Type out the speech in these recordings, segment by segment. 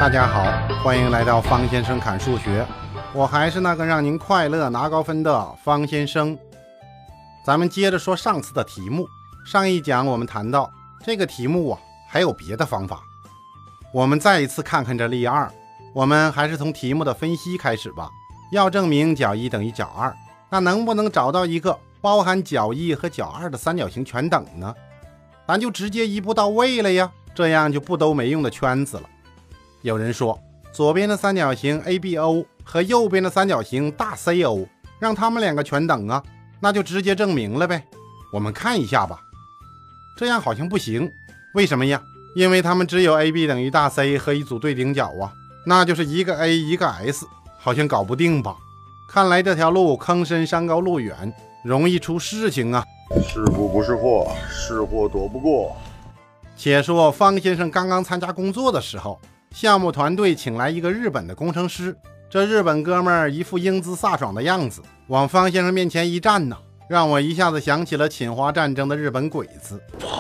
大家好，欢迎来到方先生侃数学，我还是那个让您快乐拿高分的方先生。咱们接着说上次的题目，上一讲我们谈到这个题目还有别的方法。我们再一次看看这例2，我们还是从题目的分析开始吧。要证明角1等于角2，那能不能找到一个包含角1和角2的三角形全等呢？咱就直接一步到位了呀，这样就不兜没用的圈子了。有人说左边的三角形 ABO 和右边的三角形大 CO 让他们两个全等啊，那就直接证明了呗。我们看一下吧。这样好像不行，为什么呀？因为他们只有 AB 等于大 C 和一组对顶角啊，那就是一个 A 一个 S， 好像搞不定吧。看来这条路坑深山高路远，容易出事情啊。 是福不是祸，是祸躲不过。 且说方先生刚刚参加工作的时候，项目团队请来一个日本的工程师，这日本哥们儿一副英姿飒爽的样子，往方先生面前一站呢，让我一下子想起了侵华战争的日本鬼子。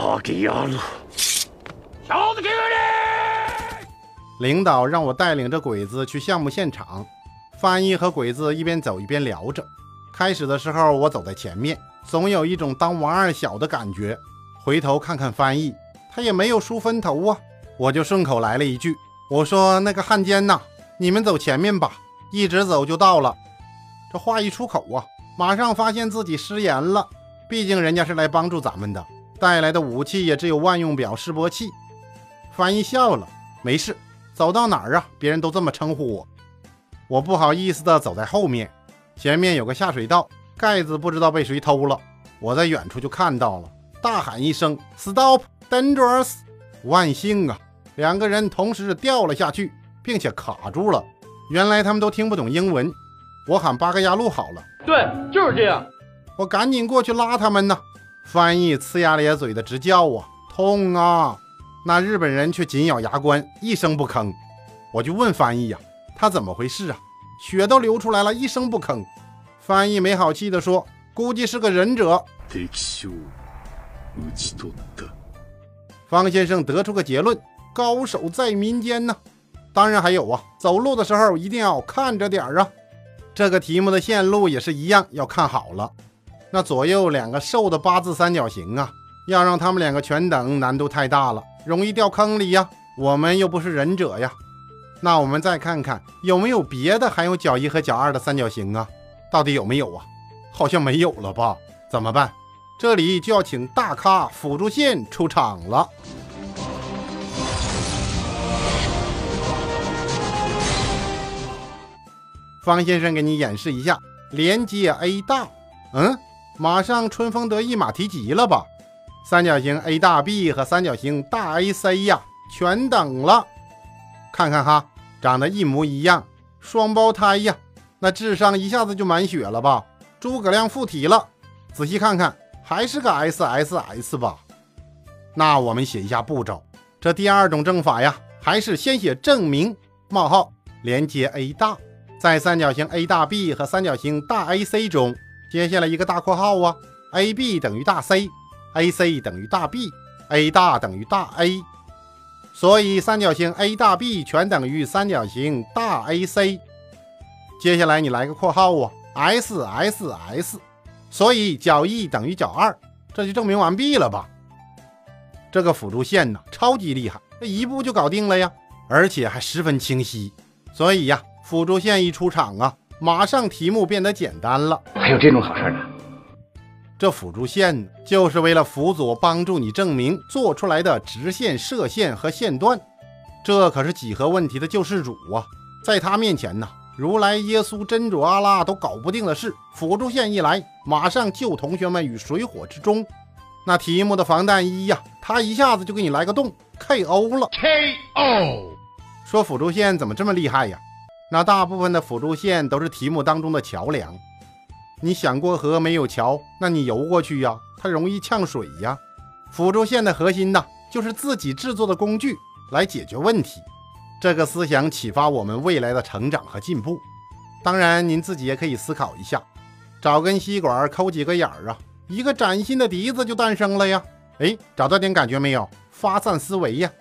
领导让我带领着鬼子去项目现场，翻译和鬼子一边走一边聊着。开始的时候我走在前面，总有一种当王二小的感觉，回头看看翻译，他也没有梳分头啊，我就顺口来了一句，我说那个汉奸呐，你们走前面吧，一直走就到了。这话一出口啊，马上发现自己失言了，毕竟人家是来帮助咱们的，带来的武器也只有万用表示波器。翻译笑了，没事，走到哪儿啊，别人都这么称呼我。我不好意思的走在后面，前面有个下水道，盖子不知道被谁偷了，我在远处就看到了，大喊一声 Stop Dangerous， 万幸啊，两个人同时掉了下去，并且卡住了。原来他们都听不懂英文，我喊八个压路好了。 对，就是这样。 我赶紧过去拉他们呢，翻译呲牙咧嘴的直叫啊，痛啊！那日本人却紧咬牙关，一声不吭。我就问翻译他怎么回事啊？血都流出来了，一声不吭。翻译没好气地说，估计是个忍者。方先生得出个结论，高手在民间呢。当然还有走路的时候一定要看着点啊。这个题目的线路也是一样，要看好了。那左右两个瘦的八字三角形要让他们两个全等，难度太大了，容易掉坑里呀。我们又不是忍者呀。那我们再看看有没有别的含有角1和角2的三角形到底有没有好像没有了吧？怎么办？这里就要请大咖辅助线出场了。方先生给你演示一下，连接 A 大。马上春风得意马蹄疾了吧？三角形 A 大 B 和三角形大 AC 全等了。看看哈，长得一模一样，双胞胎呀，那智商一下子就满血了吧？诸葛亮附体了。仔细看看，还是个 SSS 吧？那我们写一下步骤。这第二种证法还是先写证明冒号连接 A 大，在三角形 A 大 B 和三角形大 AC 中，接下来一个大括号AB 等于大 C， AC 等于大 B， A 大等于大 A， 所以三角形 A 大 B 全等于三角形大 AC。 接下来你来个括号SSS， 所以角1等于角2，这就证明完毕了吧？这个辅助线超级厉害，这一步就搞定了呀，而且还十分清晰。所以辅助线一出场马上题目变得简单了。 还有这种好事呢？ 这辅助线就是为了辅佐帮助你证明做出来的直线、射线和线段，这可是几何问题的救世主在他面前如来、耶稣、真主、阿拉都搞不定的事，辅助线一来，马上救同学们于水火之中。那题目的防弹衣他一下子就给你来个洞 KO 了。 KO 说辅助线怎么这么厉害呀？那大部分的辅助线都是题目当中的桥梁。你想过河没有桥，那你游过去它容易呛水辅助线的核心就是自己制作的工具来解决问题。这个思想启发我们未来的成长和进步。当然您自己也可以思考一下，找根吸管抠几个眼儿一个崭新的笛子就诞生了呀。找到点感觉没有？发散思维呀。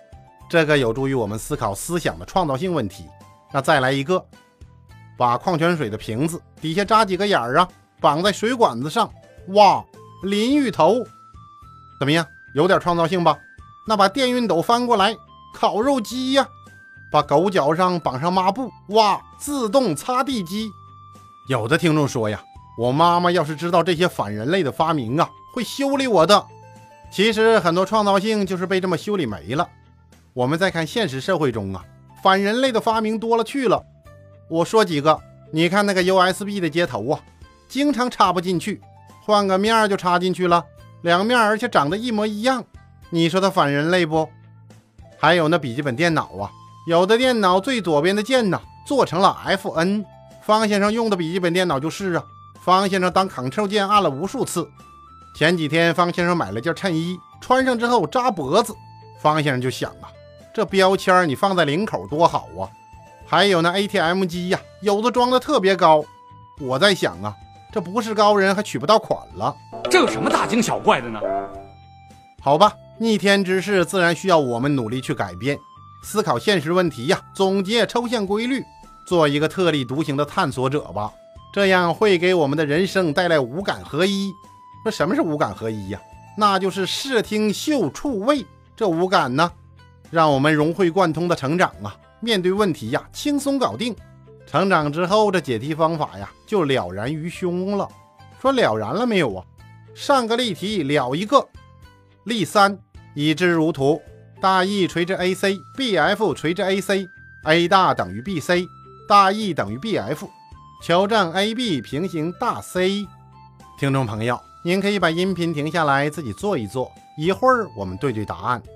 这个有助于我们思考思想的创造性问题。那再来一个，把矿泉水的瓶子底下扎几个眼儿啊，绑在水管子上，哇，淋浴头，怎么样？有点创造性吧？那把电熨斗翻过来，烤肉机呀，把狗脚上绑上抹布，哇，自动擦地机。有的听众说呀，我妈妈要是知道这些反人类的发明啊，会修理我的。其实很多创造性就是被这么修理没了。我们再看现实社会中啊，反人类的发明多了去了。我说几个，你看那个 USB 的接头啊，经常插不进去，换个面就插进去了，两面而且长得一模一样，你说它反人类不？还有那笔记本电脑啊，有的电脑最左边的键呢做成了 FN， 方先生用的笔记本电脑就是啊，方先生当 Ctrl 键按了无数次。前几天方先生买了件衬衣，穿上之后扎脖子，方先生就想啊，这标签你放在领口多好啊。还有那 ATM 机呀，有的装的特别高，我在想啊，这不是高人还取不到款了， 这有什么大惊小怪的呢？ 好吧，逆天之事自然需要我们努力去改变，思考现实问题呀，总结抽象规律，做一个特立独行的探索者吧，这样会给我们的人生带来五感合一。说什么是五感合一呀？那就是视听嗅触味，这五感呢，让我们融会贯通的成长啊，面对问题呀轻松搞定。成长之后，这解题方法呀就了然于胸了。说了然了没有啊？上个例题了一个。例3，已知如图，大 E 垂直 AC， BF 垂直 AC，A 大等于 BC， 大 E 等于 BF， 求证 AB 平行大 C。 听众朋友，您可以把音频停下来自己做一做，一会儿我们对对答案。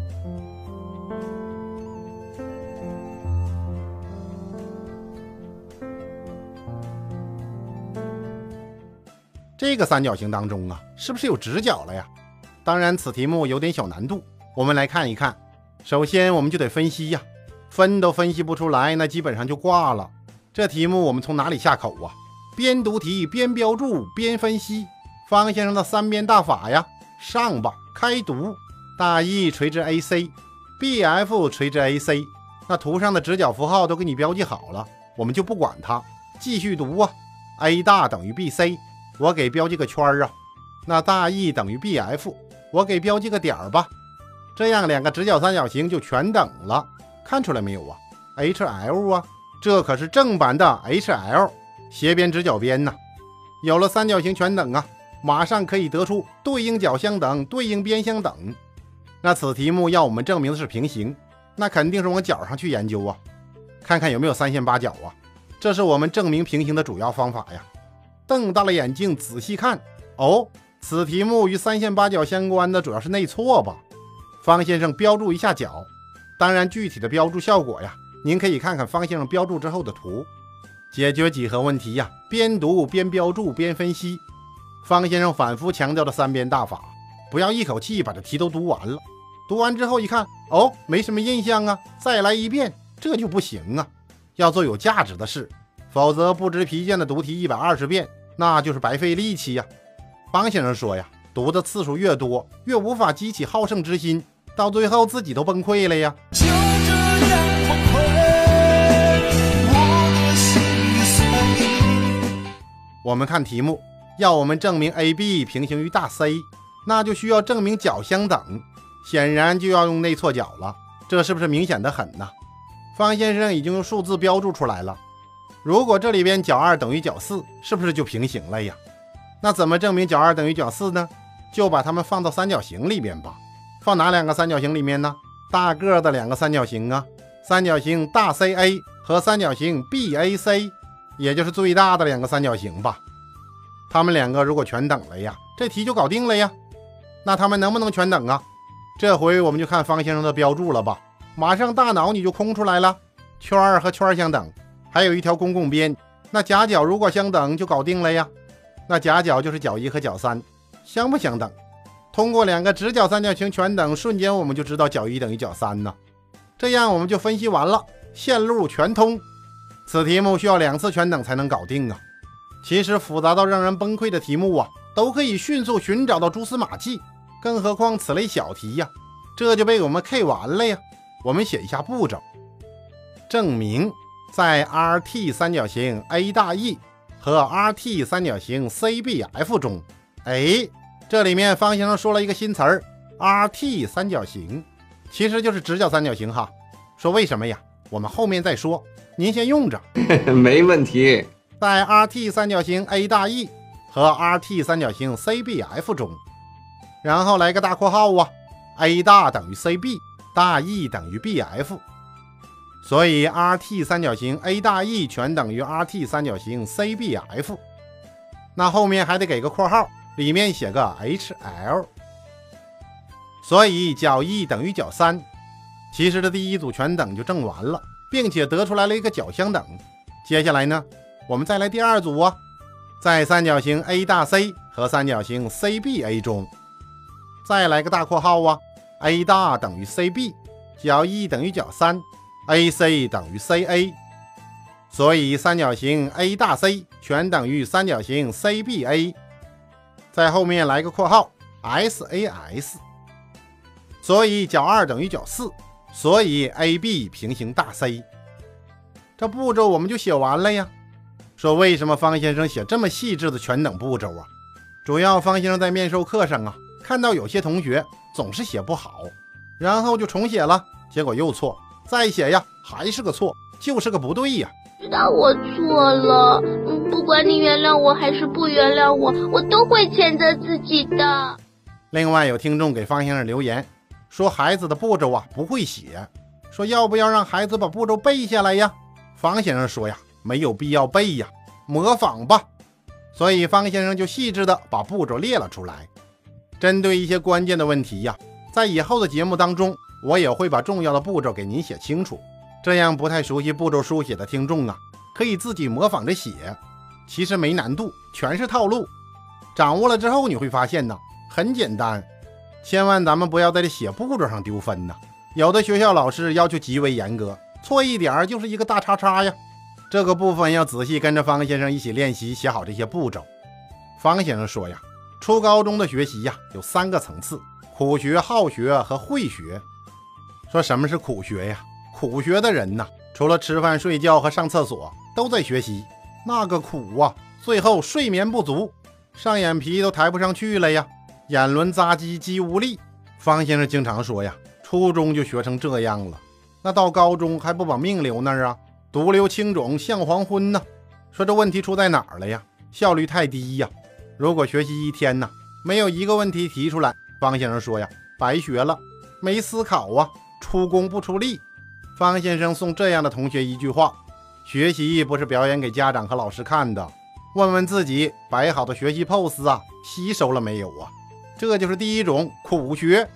这个三角形当中啊，是不是有直角了呀？当然此题目有点小难度，我们来看一看。首先我们就得分析呀，分都分析不出来，那基本上就挂了。这题目我们从哪里下口啊？边读题边标注边分析。方先生的三边大法呀，上吧，开读。大 E 垂直 AC， BF 垂直 AC， 那图上的直角符号都给你标记好了，我们就不管它，继续读啊。A 大等于 BC， 我给标记个圈啊。那大 E 等于 BF， 我给标记个点吧。这样两个直角三角形就全等了，看出来没有啊？ HL 啊，这可是正版的 HL， 斜边直角边呢。有了三角形全等啊，马上可以得出对应角相等，对应边相等。那此题目要我们证明的是平行，那肯定是往角上去研究啊，看看有没有三线八角啊，这是我们证明平行的主要方法呀。瞪大了眼睛仔细看，哦，此题目与三线八角相关的主要是内错吧。方先生标注一下角，当然具体的标注效果呀，您可以看看方先生标注之后的图。解决几何问题呀，边读边标注边分析。方先生反复强调的三边大法，不要一口气把这题都读完了，读完之后一看，哦，没什么印象啊，再来一遍，这就不行啊，要做有价值的事，否则不知疲倦的读题120遍，那就是白费力气呀。方先生说呀，读的次数越多，越无法激起好胜之心，到最后自己都崩溃了呀。就这样崩溃，我的心碎。我们看题目，要我们证明 AB 平行于大 C， 那就需要证明角相等，显然就要用内错角了，这是不是明显的很呢？方先生已经用数字标注出来了，如果这里边角2等于角4，是不是就平行了呀？那怎么证明角2等于角4呢？就把它们放到三角形里边吧。放哪两个三角形里面呢？大个的两个三角形啊，三角形大 CA 和三角形 BAC， 也就是最大的两个三角形吧。它们两个如果全等了呀，这题就搞定了呀。那它们能不能全等啊？这回我们就看方先生的标注了吧，马上大脑你就空出来了。圈和圈相等，还有一条公共边，那夹角如果相等就搞定了呀。那夹角就是角1和角3，相不相等？通过两个直角三角形全等，瞬间我们就知道角1等于角3呢。这样我们就分析完了，线路全通。此题目需要2次全等才能搞定啊。其实复杂到让人崩溃的题目啊，都可以迅速寻找到蛛丝马迹，更何况此类小题呀，这就被我们 K 完了呀。 我们写一下步骤。证明在 RT 三角形 A 大 E 和 RT 三角形 CBF 中，这里面方先生说了一个新词儿 RT 三角形，其实就是直角三角形哈。说为什么呀？我们后面再说，您先用着。 没问题。 在 RT 三角形 A 大 E 和 RT 三角形 CBF 中，然后来个大括号啊 ，A 大等于 CB， 大 E 等于 BF， 所以 RT 三角形 A 大 E 全等于 RT 三角形 CBF。那后面还得给个括号，里面写个 HL， 所以角 E 等于角3。其实这第一组全等就证完了，并且得出来了一个角相等。接下来呢，我们再来第二组啊，在三角形 A 大 C 和三角形 CBA 中，再来个大括号啊 ，A 大等于 CB， 角 E 等于角3， AC 等于 CA， 所以三角形 A 大 C 全等于三角形 CBA， 在后面来个括号 SAS， 所以角2等于角4，所以 AB 平行大 C。 这步骤我们就写完了呀。说为什么方先生写这么细致的全等步骤啊？主要方先生在面授课上啊，看到有些同学总是写不好，然后就重写了，结果又错，再写呀还是个错，就是个不对呀。 知道我错了，不管你原谅我还是不原谅我，我都会谴责自己的。 另外有听众给方先生留言说孩子的步骤啊不会写，说要不要让孩子把步骤背下来呀？方先生说呀，没有必要背呀，模仿吧。所以方先生就细致的把步骤列了出来。针对一些关键的问题呀，在以后的节目当中，我也会把重要的步骤给您写清楚，这样不太熟悉步骤书写的听众啊，可以自己模仿着写。其实没难度，全是套路。掌握了之后你会发现呢，很简单。千万咱们不要在这写步骤上丢分呢。有的学校老师要求极为严格，错一点就是一个大叉叉呀。这个部分要仔细跟着方先生一起练习，写好这些步骤。方先生说呀，初高中的学习呀有3个层次，苦学、好学和会学。说什么是苦学呀？苦学的人呢，除了吃饭睡觉和上厕所都在学习，那个苦啊，最后睡眠不足，上眼皮都抬不上去了呀，眼轮匝肌肌无力。方先生经常说呀，初中就学成这样了，那到高中还不把命留那儿啊？毒瘤青肿向黄昏呢。说这问题出在哪儿了呀？效率太低呀。如果学习一天呢，没有一个问题提出来，方先生说呀，白学了，没思考啊，出工不出力。方先生送这样的同学一句话，学习不是表演给家长和老师看的，问问自己摆好的学习 pose 啊，吸收了没有啊？这就是第一种苦学。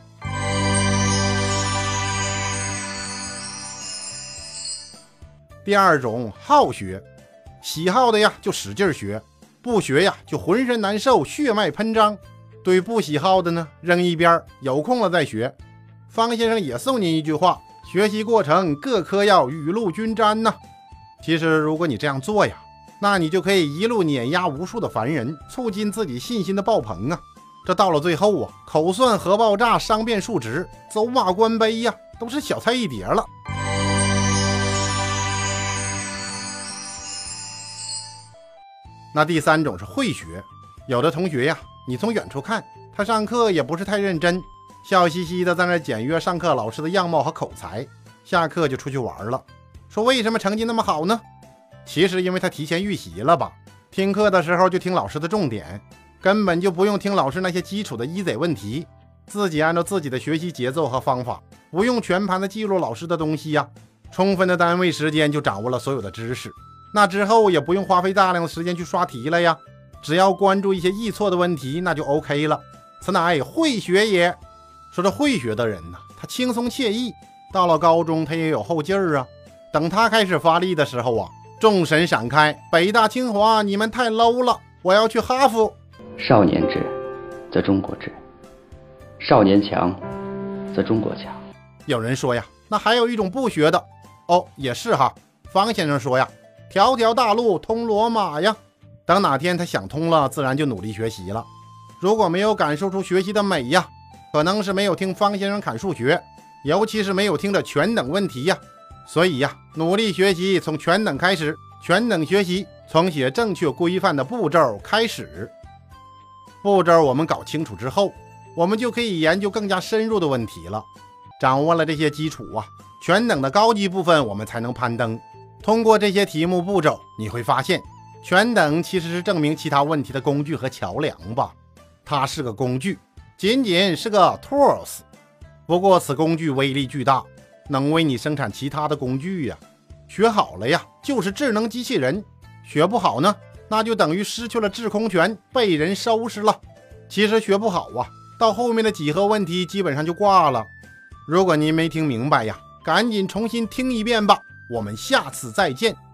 第二种好学，喜好的呀就使劲学，不学呀就浑身难受，血脉喷张。对不喜好的呢，扔一边，有空了再学。方先生也送您一句话，学习过程各科要雨露均沾呐。其实如果你这样做呀，那你就可以一路碾压无数的凡人，促进自己信心的爆棚啊。这到了最后啊，口算核爆炸，商变数值，走马观碑呀，都是小菜一碟了。那第三种是会学，有的同学呀，你从远处看，他上课也不是太认真，笑嘻嘻的在那检阅上课老师的样貌和口才，下课就出去玩了。说为什么成绩那么好呢？其实因为他提前预习了吧，听课的时候就听老师的重点，根本就不用听老师那些基础的easy问题，自己按照自己的学习节奏和方法，不用全盘的记录老师的东西呀，充分的单位时间就掌握了所有的知识。那之后也不用花费大量的时间去刷题了呀，只要关注一些易错的问题，那就 OK 了。此乃会学也。说这会学的人呢，他轻松惬意，到了高中他也有后劲儿啊。等他开始发力的时候啊，众神闪开，北大清华你们太 low 了，我要去哈佛。 少年智则中国智，少年强则中国强。 有人说呀，那还有一种不学的哦，也是哈。方先生说呀，条条大路通罗马呀。等哪天他想通了，自然就努力学习了。如果没有感受出学习的美呀，可能是没有听方先生侃数学， 尤其是没有听着全等问题呀。所以呀，努力学习从全等开始，全等学习从写正确规范的步骤开始。步骤我们搞清楚之后，我们就可以研究更加深入的问题了。掌握了这些基础啊，全等的高级部分我们才能攀登。通过这些题目步骤，你会发现全等其实是证明其他问题的工具和桥梁吧。它是个工具，仅仅是个 tools， 不过此工具威力巨大，能为你生产其他的工具呀。学好了呀，就是智能机器人；学不好呢，那就等于失去了制空权，被人收拾了。其实学不好啊，到后面的几何问题基本上就挂了。如果您没听明白呀，赶紧重新听一遍吧。我们下次再见。